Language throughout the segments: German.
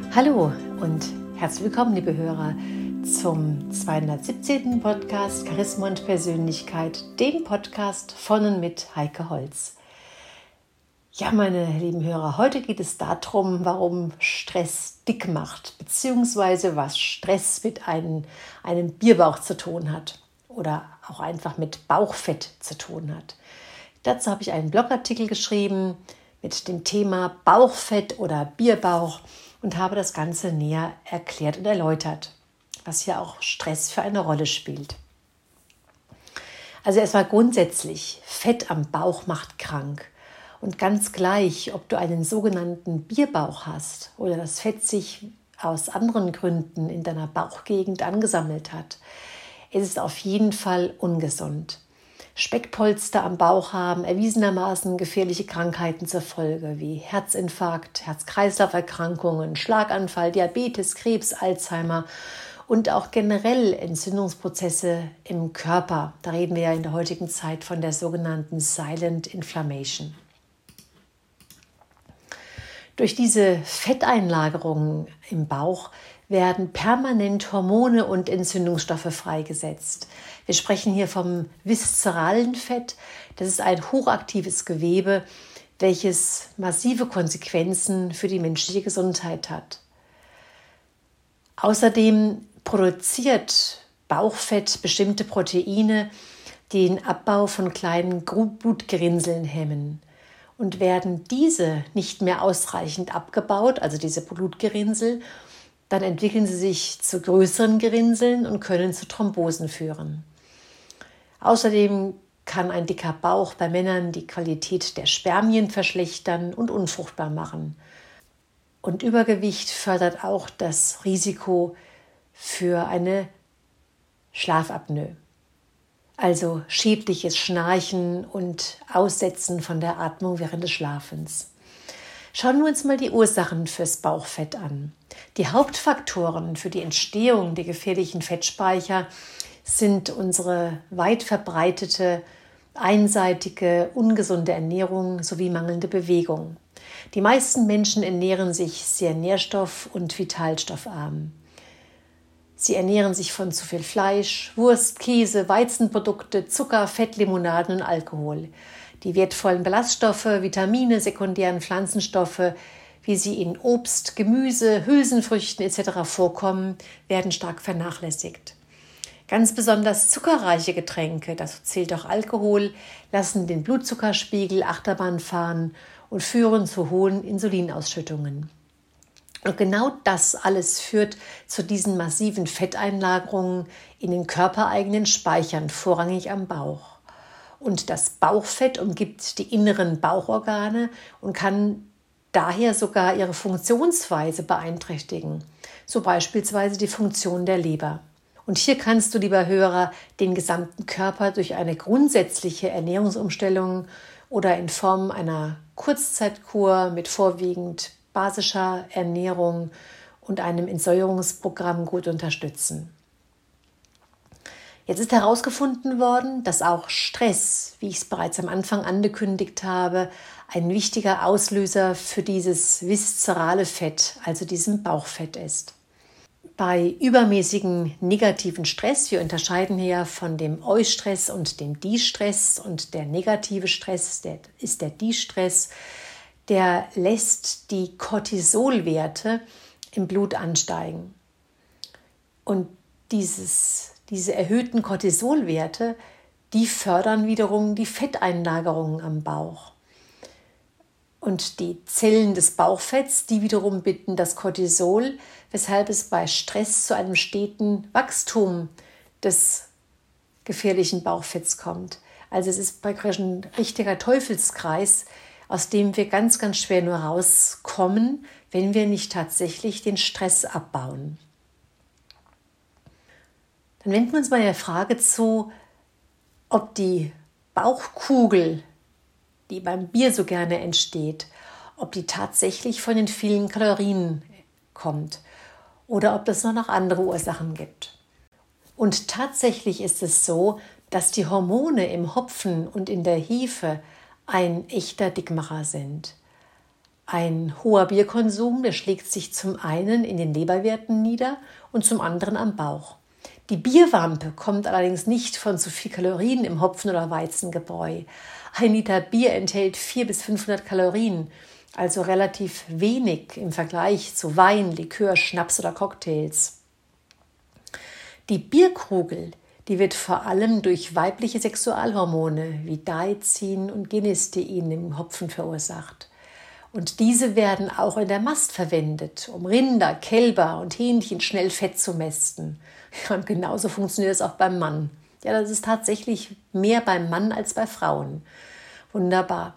Hallo und herzlich willkommen, liebe Hörer, zum 217. Podcast Charisma und Persönlichkeit, dem Podcast von und mit Heike Holz. Ja, meine lieben Hörer, heute geht es darum, warum Stress dick macht, beziehungsweise was Stress mit einem Bierbauch zu tun hat oder auch einfach mit Bauchfett zu tun hat. Dazu habe ich einen Blogartikel geschrieben mit dem Thema Bauchfett oder Bierbauch und habe das Ganze näher erklärt und erläutert, was hier auch Stress für eine Rolle spielt. Also erstmal grundsätzlich, Fett am Bauch macht krank. Und ganz gleich, ob du einen sogenannten Bierbauch hast oder das Fett sich aus anderen Gründen in deiner Bauchgegend angesammelt hat, es ist auf jeden Fall ungesund. Speckpolster am Bauch haben erwiesenermaßen gefährliche Krankheiten zur Folge, wie Herzinfarkt, Herz-Kreislauf-Erkrankungen, Schlaganfall, Diabetes, Krebs, Alzheimer und auch generell Entzündungsprozesse im Körper. Da reden wir ja in der heutigen Zeit von der sogenannten Silent Inflammation. Durch diese Fetteinlagerungen im Bauch werden permanent Hormone und Entzündungsstoffe freigesetzt. Wir sprechen hier vom viszeralen Fett. Das ist ein hochaktives Gewebe, welches massive Konsequenzen für die menschliche Gesundheit hat. Außerdem produziert Bauchfett bestimmte Proteine, die den Abbau von kleinen Blutgerinnseln hemmen. Und werden diese nicht mehr ausreichend abgebaut, also diese Blutgerinnsel, dann entwickeln sie sich zu größeren Gerinnseln und können zu Thrombosen führen. Außerdem kann ein dicker Bauch bei Männern die Qualität der Spermien verschlechtern und unfruchtbar machen. Und Übergewicht fördert auch das Risiko für eine Schlafapnoe. Also schädliches Schnarchen und Aussetzen von der Atmung während des Schlafens. Schauen wir uns mal die Ursachen fürs Bauchfett an. Die Hauptfaktoren für die Entstehung der gefährlichen Fettspeicher sind unsere weit verbreitete, einseitige, ungesunde Ernährung sowie mangelnde Bewegung. Die meisten Menschen ernähren sich sehr nährstoff- und vitalstoffarm. Sie ernähren sich von zu viel Fleisch, Wurst, Käse, Weizenprodukte, Zucker, Fettlimonaden und Alkohol. Die wertvollen Ballaststoffe, Vitamine, sekundären Pflanzenstoffe, wie sie in Obst, Gemüse, Hülsenfrüchten etc. vorkommen, werden stark vernachlässigt. Ganz besonders zuckerreiche Getränke, dazu zählt auch Alkohol, lassen den Blutzuckerspiegel Achterbahn fahren und führen zu hohen Insulinausschüttungen. Und genau das alles führt zu diesen massiven Fetteinlagerungen in den körpereigenen Speichern, vorrangig am Bauch. Und das Bauchfett umgibt die inneren Bauchorgane und kann daher sogar ihre Funktionsweise beeinträchtigen, so beispielsweise die Funktion der Leber. Und hier kannst du, lieber Hörer, den gesamten Körper durch eine grundsätzliche Ernährungsumstellung oder in Form einer Kurzzeitkur mit vorwiegend basischer Ernährung und einem Entsäuerungsprogramm gut unterstützen. Jetzt ist herausgefunden worden, dass auch Stress, wie ich es bereits am Anfang angekündigt habe, ein wichtiger Auslöser für dieses viszerale Fett, also diesem Bauchfett ist. Bei übermäßigem negativen Stress, wir unterscheiden hier von dem Eustress und dem Distress, und der negative Stress, ist der Distress, der lässt die Cortisolwerte im Blut ansteigen. Und diese erhöhten Cortisolwerte, die fördern wiederum die Fetteinlagerungen am Bauch. Und die Zellen des Bauchfetts, die wiederum binden das Cortisol, weshalb es bei Stress zu einem steten Wachstum des gefährlichen Bauchfetts kommt. Also es ist praktisch ein richtiger Teufelskreis, aus dem wir ganz, ganz schwer nur rauskommen, wenn wir nicht tatsächlich den Stress abbauen. Dann wenden wir uns mal der Frage zu, ob die Bauchkugel, die beim Bier so gerne entsteht, ob die tatsächlich von den vielen Kalorien kommt oder ob es noch andere Ursachen gibt. Und tatsächlich ist es so, dass die Hormone im Hopfen und in der Hefe ein echter Dickmacher sind. Ein hoher Bierkonsum, der schlägt sich zum einen in den Leberwerten nieder und zum anderen am Bauch. Die Bierwampe kommt allerdings nicht von zu viel Kalorien im Hopfen- oder Weizengebräu. Ein Liter Bier enthält 400 bis 500 Kalorien, also relativ wenig im Vergleich zu Wein, Likör, Schnaps oder Cocktails. Die Bierkugel, die wird vor allem durch weibliche Sexualhormone wie Daizin und Genistein im Hopfen verursacht. Und diese werden auch in der Mast verwendet, um Rinder, Kälber und Hähnchen schnell Fett zu mästen. Ja, und genauso funktioniert es auch beim Mann. Ja, das ist tatsächlich mehr beim Mann als bei Frauen. Wunderbar.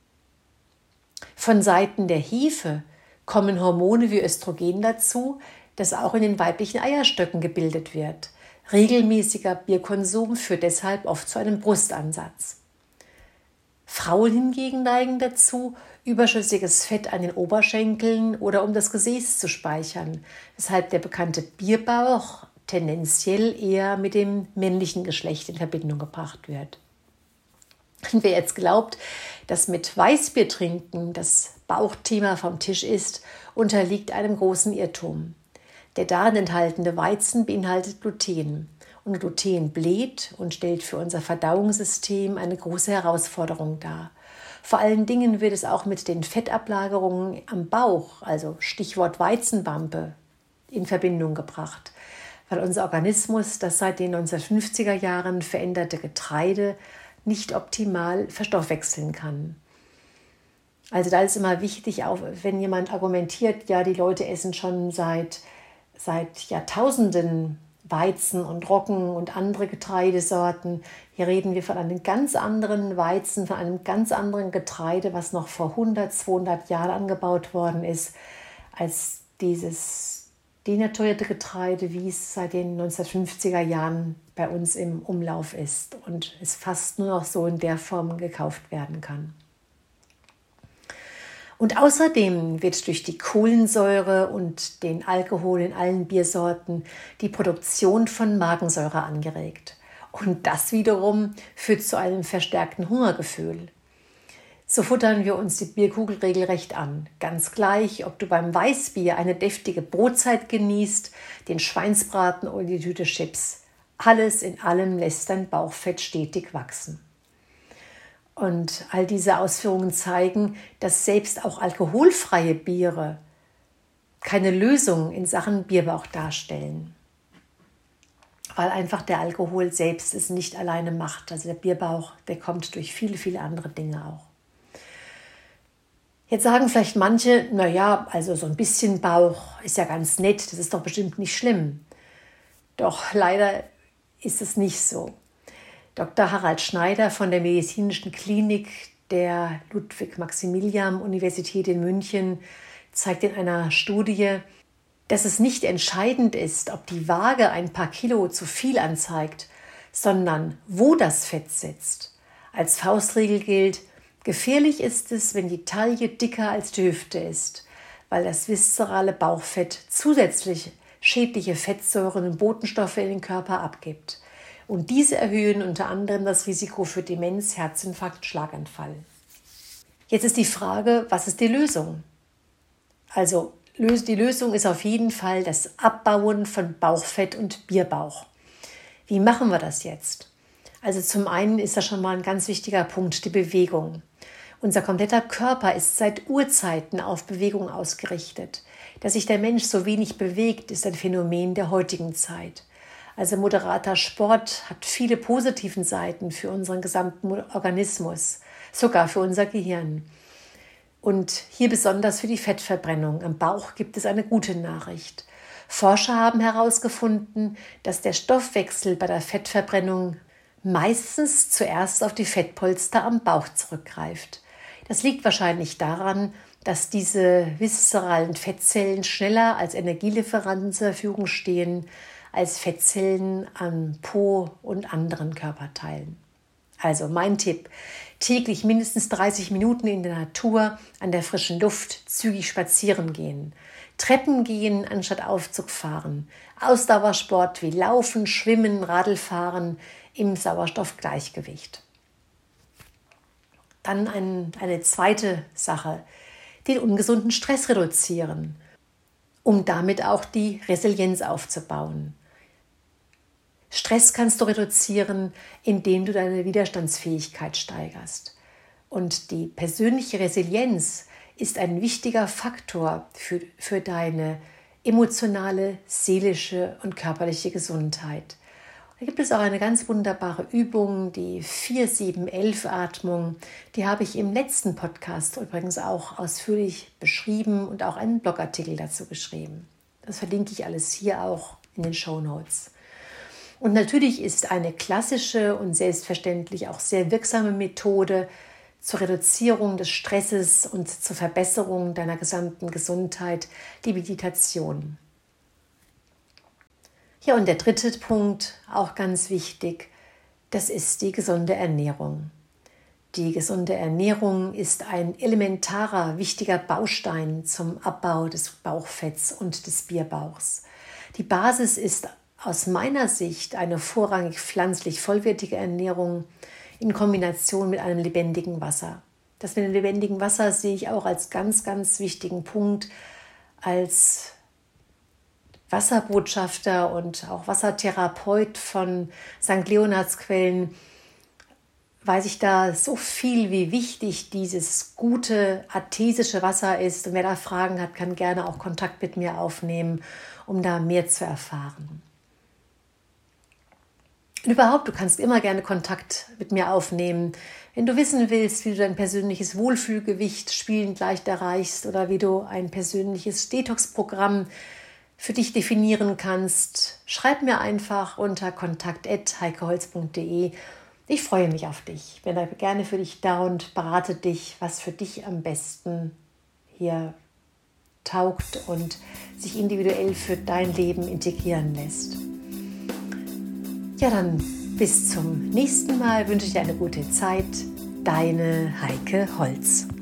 Von Seiten der Hefe kommen Hormone wie Östrogen dazu, das auch in den weiblichen Eierstöcken gebildet wird. Regelmäßiger Bierkonsum führt deshalb oft zu einem Brustansatz. Frauen hingegen neigen dazu, überschüssiges Fett an den Oberschenkeln oder um das Gesäß zu speichern, weshalb der bekannte Bierbauch tendenziell eher mit dem männlichen Geschlecht in Verbindung gebracht wird. Und wer jetzt glaubt, dass mit Weißbier trinken das Bauchthema vom Tisch ist, unterliegt einem großen Irrtum. Der darin enthaltene Weizen beinhaltet Gluten. Und Gluten bläht und stellt für unser Verdauungssystem eine große Herausforderung dar. Vor allen Dingen wird es auch mit den Fettablagerungen am Bauch, also Stichwort Weizenwampe, in Verbindung gebracht, weil unser Organismus das seit den 1950er Jahren veränderte Getreide nicht optimal verstoffwechseln kann. Also da ist immer wichtig, auch wenn jemand argumentiert, ja, die Leute essen schon seit Jahrtausenden Weizen und Roggen und andere Getreidesorten. Hier reden wir von einem ganz anderen Weizen, von einem ganz anderen Getreide, was noch vor 100, 200 Jahren angebaut worden ist, als dieses denaturierte Getreide, wie es seit den 1950er Jahren bei uns im Umlauf ist und es fast nur noch so in der Form gekauft werden kann. Und außerdem wird durch die Kohlensäure und den Alkohol in allen Biersorten die Produktion von Magensäure angeregt. Und das wiederum führt zu einem verstärkten Hungergefühl. So futtern wir uns die Bierkugel regelrecht an. Ganz gleich, ob du beim Weißbier eine deftige Brotzeit genießt, den Schweinsbraten oder die Tüte Chips. Alles in allem lässt dein Bauchfett stetig wachsen. Und all diese Ausführungen zeigen, dass selbst auch alkoholfreie Biere keine Lösung in Sachen Bierbauch darstellen. Weil einfach der Alkohol selbst es nicht alleine macht. Also der Bierbauch, der kommt durch viele, viele andere Dinge auch. Jetzt sagen vielleicht manche, naja, also so ein bisschen Bauch ist ja ganz nett, das ist doch bestimmt nicht schlimm. Doch leider ist es nicht so. Dr. Harald Schneider von der Medizinischen Klinik der Ludwig-Maximilian-Universität in München zeigt in einer Studie, dass es nicht entscheidend ist, ob die Waage ein paar Kilo zu viel anzeigt, sondern wo das Fett sitzt. Als Faustregel gilt, gefährlich ist es, wenn die Taille dicker als die Hüfte ist, weil das viszerale Bauchfett zusätzlich schädliche Fettsäuren und Botenstoffe in den Körper abgibt. Und diese erhöhen unter anderem das Risiko für Demenz, Herzinfarkt, Schlaganfall. Jetzt ist die Frage, was ist die Lösung? Also die Lösung ist auf jeden Fall das Abbauen von Bauchfett und Bierbauch. Wie machen wir das jetzt? Also zum einen ist das schon mal ein ganz wichtiger Punkt, die Bewegung. Unser kompletter Körper ist seit Urzeiten auf Bewegung ausgerichtet. Dass sich der Mensch so wenig bewegt, ist ein Phänomen der heutigen Zeit. Also moderater Sport hat viele positiven Seiten für unseren gesamten Organismus, sogar für unser Gehirn. Und hier besonders für die Fettverbrennung. Am Bauch gibt es eine gute Nachricht. Forscher haben herausgefunden, dass der Stoffwechsel bei der Fettverbrennung meistens zuerst auf die Fettpolster am Bauch zurückgreift. Das liegt wahrscheinlich daran, dass diese viszeralen Fettzellen schneller als Energielieferanten zur Verfügung stehen, als Fettzellen am Po und anderen Körperteilen. Also mein Tipp, täglich mindestens 30 Minuten in der Natur, an der frischen Luft, zügig spazieren gehen, Treppen gehen anstatt Aufzug fahren, Ausdauersport wie Laufen, Schwimmen, Radlfahren im Sauerstoffgleichgewicht. Dann eine zweite Sache, den ungesunden Stress reduzieren, um damit auch die Resilienz aufzubauen. Stress kannst du reduzieren, indem du deine Widerstandsfähigkeit steigerst. Und die persönliche Resilienz ist ein wichtiger Faktor für deine emotionale, seelische und körperliche Gesundheit. Da gibt es auch eine ganz wunderbare Übung, die 4-7-11-Atmung. Die habe ich im letzten Podcast übrigens auch ausführlich beschrieben und auch einen Blogartikel dazu geschrieben. Das verlinke ich alles hier auch in den Shownotes. Und natürlich ist eine klassische und selbstverständlich auch sehr wirksame Methode zur Reduzierung des Stresses und zur Verbesserung deiner gesamten Gesundheit die Meditation. Ja, und der dritte Punkt, auch ganz wichtig, das ist die gesunde Ernährung. Die gesunde Ernährung ist ein elementarer, wichtiger Baustein zum Abbau des Bauchfetts und des Bierbauchs. Die Basis ist aus meiner Sicht eine vorrangig pflanzlich vollwertige Ernährung in Kombination mit einem lebendigen Wasser. Das mit dem lebendigen Wasser sehe ich auch als ganz, ganz wichtigen Punkt, als Wasserbotschafter und auch Wassertherapeut von St. Leonhardsquellen weiß ich da so viel, wie wichtig dieses gute artesische Wasser ist. Und wer da Fragen hat, kann gerne auch Kontakt mit mir aufnehmen, um da mehr zu erfahren. Und überhaupt, du kannst immer gerne Kontakt mit mir aufnehmen, wenn du wissen willst, wie du dein persönliches Wohlfühlgewicht spielend leicht erreichst oder wie du ein persönliches Detox-Programm für dich definieren kannst. Schreib mir einfach unter kontakt@heikeholz.de. Ich freue mich auf dich. Bin da gerne für dich da und berate dich, was für dich am besten hier taugt und sich individuell für dein Leben integrieren lässt. Ja, dann bis zum nächsten Mal. Wünsche ich dir eine gute Zeit. Deine Heike Holz.